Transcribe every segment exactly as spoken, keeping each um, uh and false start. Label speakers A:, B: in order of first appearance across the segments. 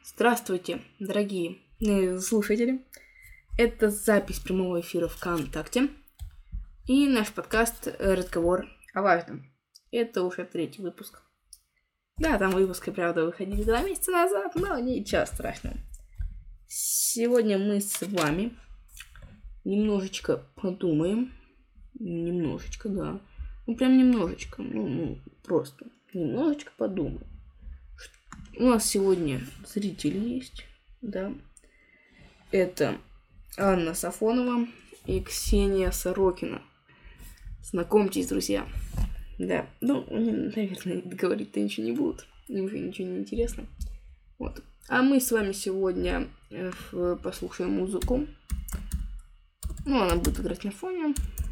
A: Здравствуйте, дорогие э, слушатели. Это запись прямого эфира ВКонтакте и наш подкаст «Разговор о важном». Это уже третий выпуск. Да, там выпуски, правда, выходили два месяца назад, но ничего страшного. Сегодня мы с вами немножечко подумаем. Немножечко, да. Ну, прям немножечко. Ну, ну просто немножечко подумаем. У нас сегодня зрители есть, да. Это Анна Сафонова и Ксения Сорокина. Знакомьтесь, друзья. Да, ну, наверное, говорить-то ничего не будут. Им уже ничего не интересно. Вот. А мы с вами сегодня э, послушаем музыку. Ну, она будет играть на фоне.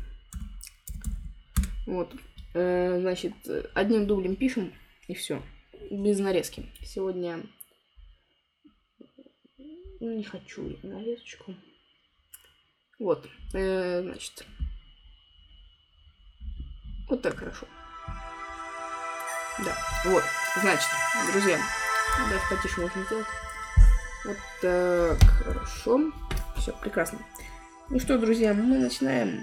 A: Вот. Э, значит, одним дублем пишем, и все. Без нарезки. Сегодня не хочу нарезочку. Вот. Э, значит. Вот так хорошо. Да. Вот. Значит, друзья. Даже потише можно сделать. Вот так. Хорошо. Все, прекрасно. Ну что, друзья, мы начинаем.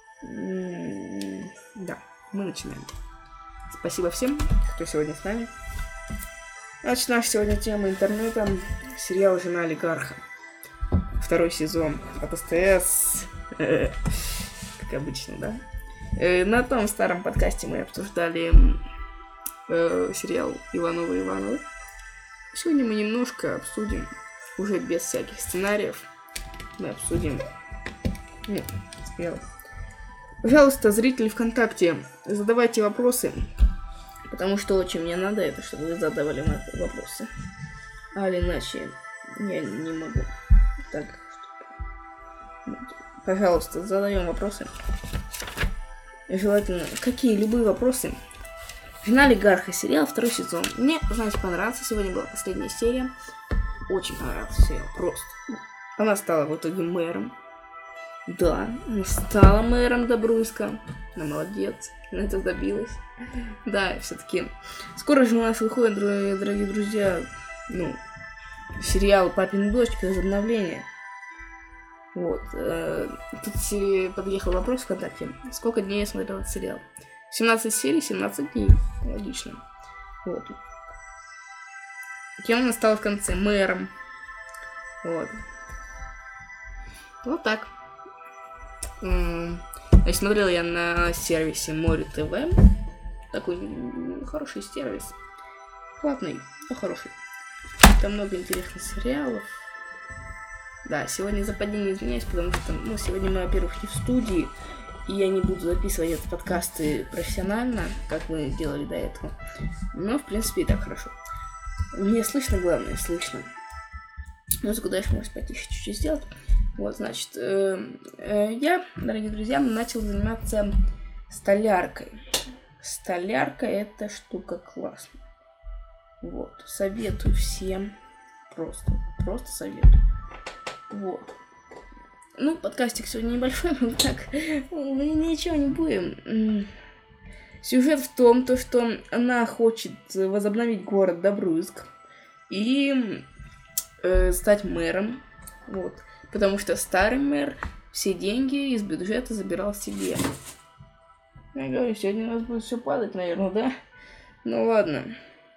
A: Да, мы начинаем. Спасибо всем, кто сегодня с нами. Значит, наша сегодня тема интернета. Сериал «Жена олигарха». Второй сезон от СТС. Как обычно, да? На том старом подкасте мы обсуждали сериал «Ивановы Ивановы». Сегодня мы немножко обсудим, уже без всяких сценариев, мы обсудим ну, сериал. Пожалуйста, зрители ВКонтакте, задавайте вопросы. Потому что очень мне надо это, чтобы вы задавали вопросы. А иначе я не могу. Так, чтобы... Пожалуйста, задаем вопросы. Желательно, какие, любые вопросы. «Жена олигарха», сериал, второй сезон. Мне, знаете, понравился. Сегодня была последняя серия. Очень понравился сериал, просто. Она стала в итоге мэром. Да, она стала мэром Добруйска. Она молодец, она это добилась. Да, все-таки. Скоро же у нас выходит, дорогие друзья, ну, сериал «Папина дочка», возобновление. Вот. Тут подъехал вопрос ВКонтакте. Сколько дней я смотрел этот сериал? семнадцать серий, семнадцать дней. Логично. Вот. Кем она стала в конце? Мэром. Вот. Вот так. Значит, смотрела я на сервисе Море ТВ. Такой хороший сервис. Платный, но хороший. Там много интересных сериалов. Да, сегодня за падение извиняюсь, потому что, ну, сегодня мы, во-первых, не в студии, и я не буду записывать этот подкасты профессионально, как мы делали до этого. Но, в принципе, и так хорошо. Мне слышно, главное, слышно. Музыку дальше можно потише чуть-чуть сделать. Вот, значит, э, э, я, дорогие друзья, начал заниматься столяркой. Столярка — это штука классная. Вот, советую всем. Просто, просто советую. Вот. Ну, подкастик сегодня небольшой, но так, мы ничего не будем. Сюжет в том, то, что она хочет возобновить город Добруйск и э, стать мэром. Вот. Потому что старый мэр все деньги из бюджета забирал себе. Я говорю, сегодня у нас будет все падать, наверное, да? Ну ладно.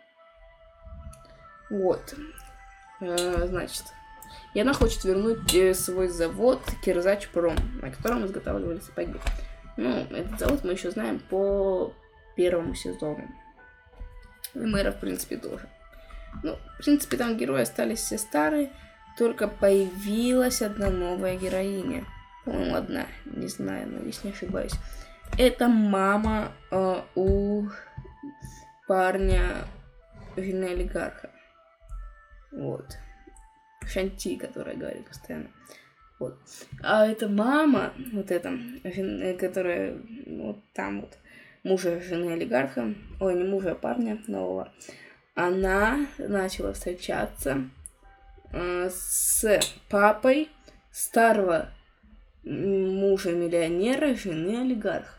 A: Вот. А, значит. И она хочет вернуть э, свой завод Кирзачпром, на котором изготавливали сапоги. Ну, этот завод мы еще знаем по первому сезону. И мэра, в принципе, тоже. Ну, в принципе, там герои остались все старые. Только появилась одна новая героиня. По-моему, одна. Не знаю, но если не ошибаюсь. Это мама э, у парня жены олигарха. Вот. Шанти, которая говорит постоянно. Вот. А эта мама, вот эта, которая вот там вот, мужа жены олигарха, ой, не мужа, а парня нового, она начала встречаться с папой старого мужа-миллионера жены олигарха.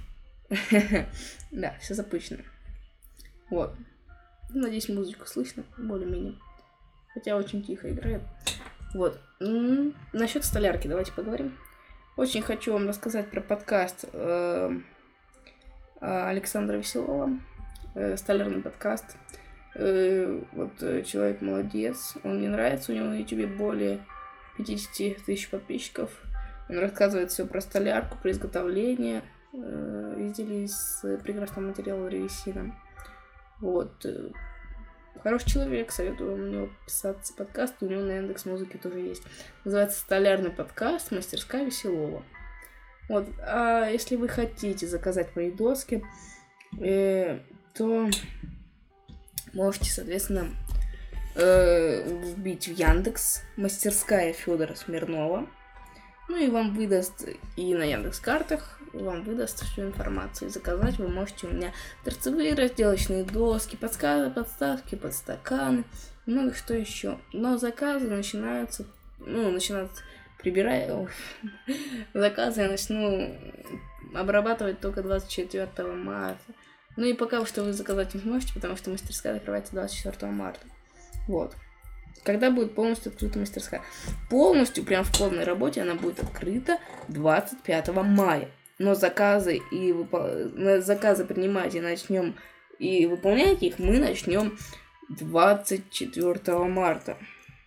A: Да, все запущено. Вот. Надеюсь, музычку слышно более-менее. Хотя очень тихо играет. Вот. М-м, насчет столярки давайте поговорим. Очень хочу вам рассказать про подкаст э- Александра Веселова. Э- столярный подкаст. Э- вот э, человек молодец. Он мне нравится. У него на ютубе более пятьдесят тысяч подписчиков. Он рассказывает все про столярку, про изготовление э, изделий из прекрасного материала древесина. Вот. Хороший человек, советую вам на него подписаться. Подкаст у него на Яндекс.Музыке тоже есть. Называется «Столярный подкаст. Мастерская Веселова». Вот. А если вы хотите заказать мои доски, э, то можете, соответственно, э, вбить в Яндекс «Мастерская Федора Смирнова». Ну и вам выдаст и на Яндекс.Картах, вам выдаст всю информацию. Заказать вы можете у меня торцевые разделочные доски, подсказки, подставки, подстаканы, много что еще. Но заказы начинаются, ну, начинаются прибирать, заказы я начну обрабатывать только двадцать четвёртого марта. Ну и пока что вы заказать не сможете, потому что мастерская закрывается двадцать четвёртого марта. Вот. Когда будет полностью открыта мастерская? Полностью, прям в полной работе, она будет открыта двадцать пятого мая. Но заказы и выпол... заказы принимать и начнем и выполнять их мы начнем двадцать четвёртого марта.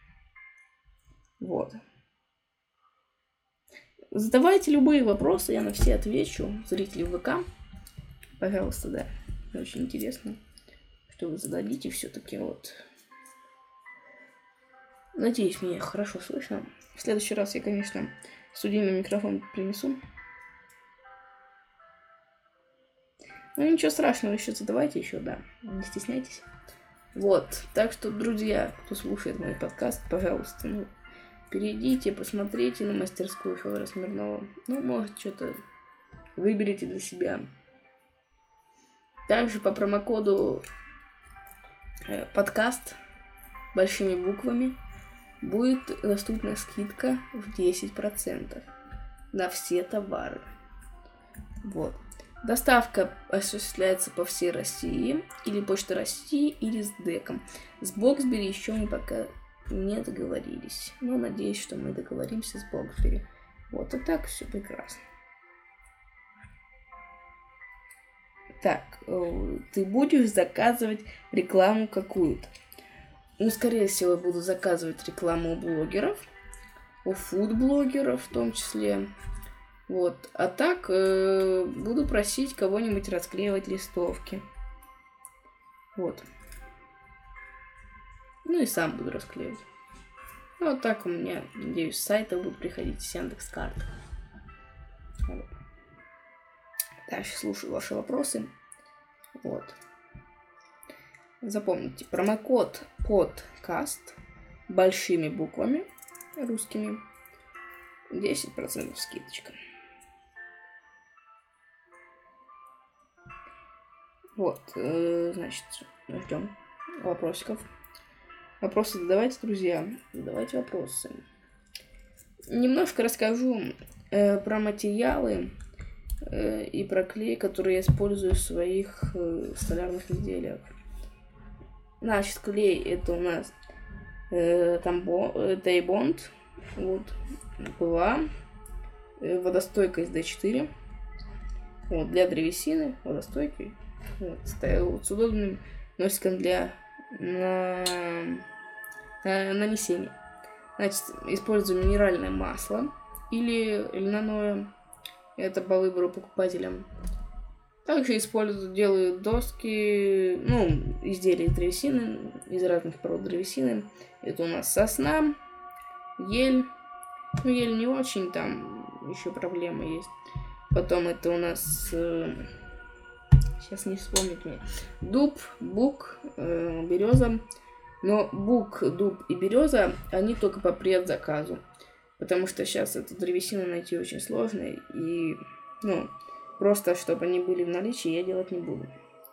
A: Вот. Задавайте любые вопросы, я на все отвечу. Зрители ВК, пожалуйста, да. Очень интересно, что вы зададите все-таки вот. Надеюсь, меня хорошо слышно. В следующий раз я, конечно, студийный микрофон принесу. Ну, ничего страшного, еще задавайте еще, да. Не стесняйтесь. Вот. Так что, друзья, кто слушает мой подкаст, пожалуйста, ну, перейдите, посмотрите на мастерскую Федора Смирнова. Ну, может, что-то выберите для себя. Также по промокоду э, подкаст большими буквами будет доступна скидка в десять процентов на все товары. Вот. Доставка осуществляется по всей России, или Почта России, или с дэком. С Боксбери еще мы пока не договорились. Но надеюсь, что мы договоримся с Боксбери. Вот, и так все прекрасно. Так, ты будешь заказывать рекламу какую-то? Ну, скорее всего, я буду заказывать рекламу у блогеров, у фуд-блогеров в том числе. Вот. А так э, буду просить кого-нибудь расклеивать листовки. Вот. Ну и сам буду расклеивать. Ну, вот так у меня, надеюсь, с сайта будут приходить с Яндекс.Карт. Вот. Дальше слушаю ваши вопросы. Вот. Запомните, промокод подкаст большими буквами русскими, десять процентов скидочка. Вот, э, значит, ждем вопросиков. Вопросы задавайте, друзья, задавайте вопросы. Немножко расскажу э, про материалы э, и про клей, которые я использую в своих э, столярных изделиях. Значит, клей это у нас э, тамбо, э, Тейбонд, вот, ПВА, э, водостойкость дэ четыре, вот, для древесины, водостойкий, вот, вот, с удобным носиком для на, на, нанесения. Значит, использую минеральное масло или льняное, это по выбору покупателям. Также использую, делаю доски, ну, изделия из древесины, из разных пород древесины. Это у нас сосна, ель. Ну, ель не очень, там еще проблемы есть. Потом это у нас, э, сейчас не вспомнить мне, дуб, бук, э, береза. Но бук, дуб и береза, они только по предзаказу. Потому что сейчас эту древесину найти очень сложно. И, ну... Просто, чтобы они были в наличии, я делать не буду.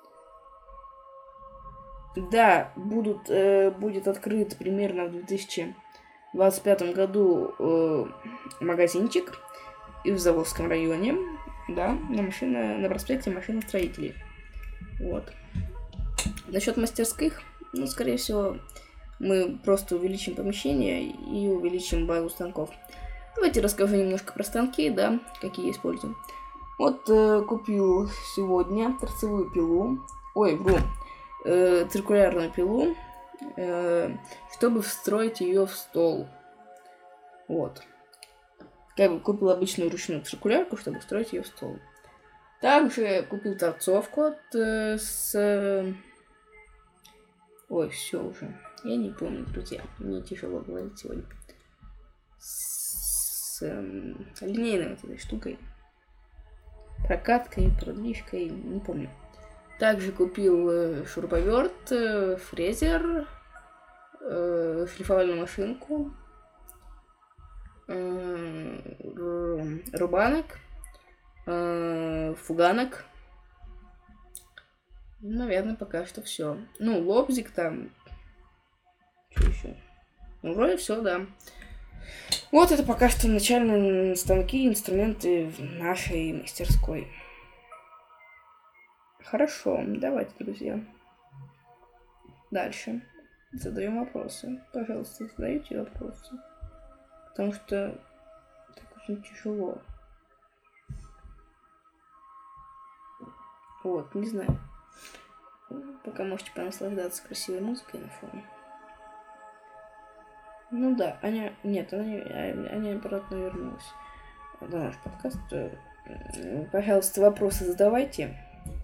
A: Да, будут, э, будет открыт примерно в две тысячи двадцать пятом году э, магазинчик и в Заволжском районе, да, на, машина, на проспекте машиностроителей. Вот. Насчет мастерских, ну, скорее всего, мы просто увеличим помещение и увеличим базу станков. Давайте расскажу немножко про станки, да, какие используем. Вот э, купил сегодня торцевую пилу, ой, вру, э, циркулярную пилу, э, чтобы встроить ее в стол. Вот. Я купил обычную ручную циркулярку, чтобы встроить ее в стол. Также купил торцовку от, э, с... Э, ой, все уже. Я не помню, друзья. Мне тяжело говорить сегодня. С э, линейной вот этой штукой. Прокаткой, продвижкой, не помню. Также купил э, шуруповерт, э, фрезер, э, шлифовальную машинку, э, рубанок, э, фуганок. Наверное, пока что все. Ну, лобзик там. Что еще? Ну, вроде все, да. Вот это пока что начальные станки, инструменты в нашей мастерской. Хорошо, давайте, друзья. Дальше. Задаем вопросы. Пожалуйста, задайте вопросы. Потому что так очень тяжело. Вот, не знаю. Пока можете понаслаждаться красивой музыкой на фоне. Ну да, Аня... Нет, она, не... Аня обратно вернулась. Это наш подкаст. Пожалуйста, вопросы задавайте.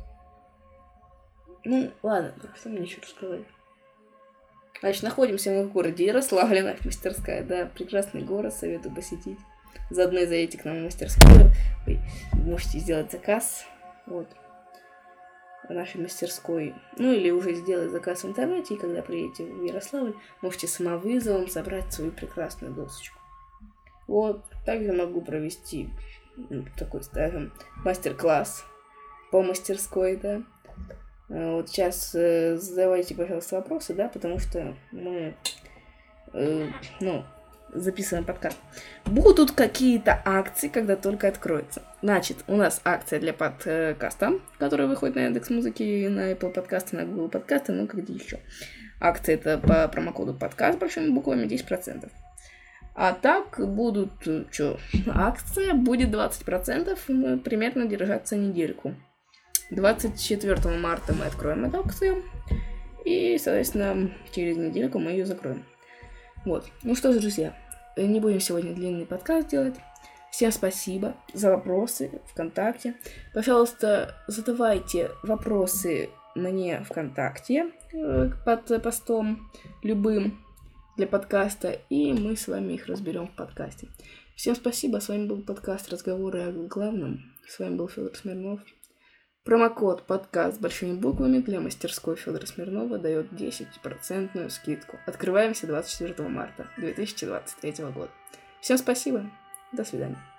A: Ну, ладно, что мне еще рассказать? Значит, находимся мы в городе Ярославле, наша мастерская. Да, прекрасный город, советую посетить. Заодно зайдите к нам в мастерскую. Вы можете сделать заказ. Вот. В нашей мастерской. Ну, или уже сделать заказ в интернете, и когда приедете в Ярославль, можете самовызовом собрать свою прекрасную досочку. Вот. Также могу провести ну, такой, скажем, мастер-класс по мастерской, да. Вот сейчас э, задавайте, пожалуйста, вопросы, да, потому что мы, э, ну, записываем подкаст. Будут какие-то акции, когда только откроется. Значит, у нас акция для подкаста, которая выходит на Яндекс.Музыке, на Apple подкасты, на Google подкасты, ну, как где еще. Акция это по промокоду подкаст большими буквами десять процентов. А так будут, что, акция будет двадцать процентов примерно держаться недельку. двадцать четвёртого марта мы откроем эту акцию. И, соответственно, через недельку мы ее закроем. Вот. Ну что ж, друзья, не будем сегодня длинный подкаст делать. Всем спасибо за вопросы ВКонтакте. Пожалуйста, задавайте вопросы мне ВКонтакте под постом любым для подкаста, и мы с вами их разберем в подкасте. Всем спасибо. С вами был подкаст «Разговоры о главном». С вами был Федор Смирнов. Промокод подкаст большими буквами для мастерской Федора Смирнова дает десять процентов скидку. Открываемся двадцать четвёртого марта две тысячи двадцать третьего года. Всем спасибо. До свидания.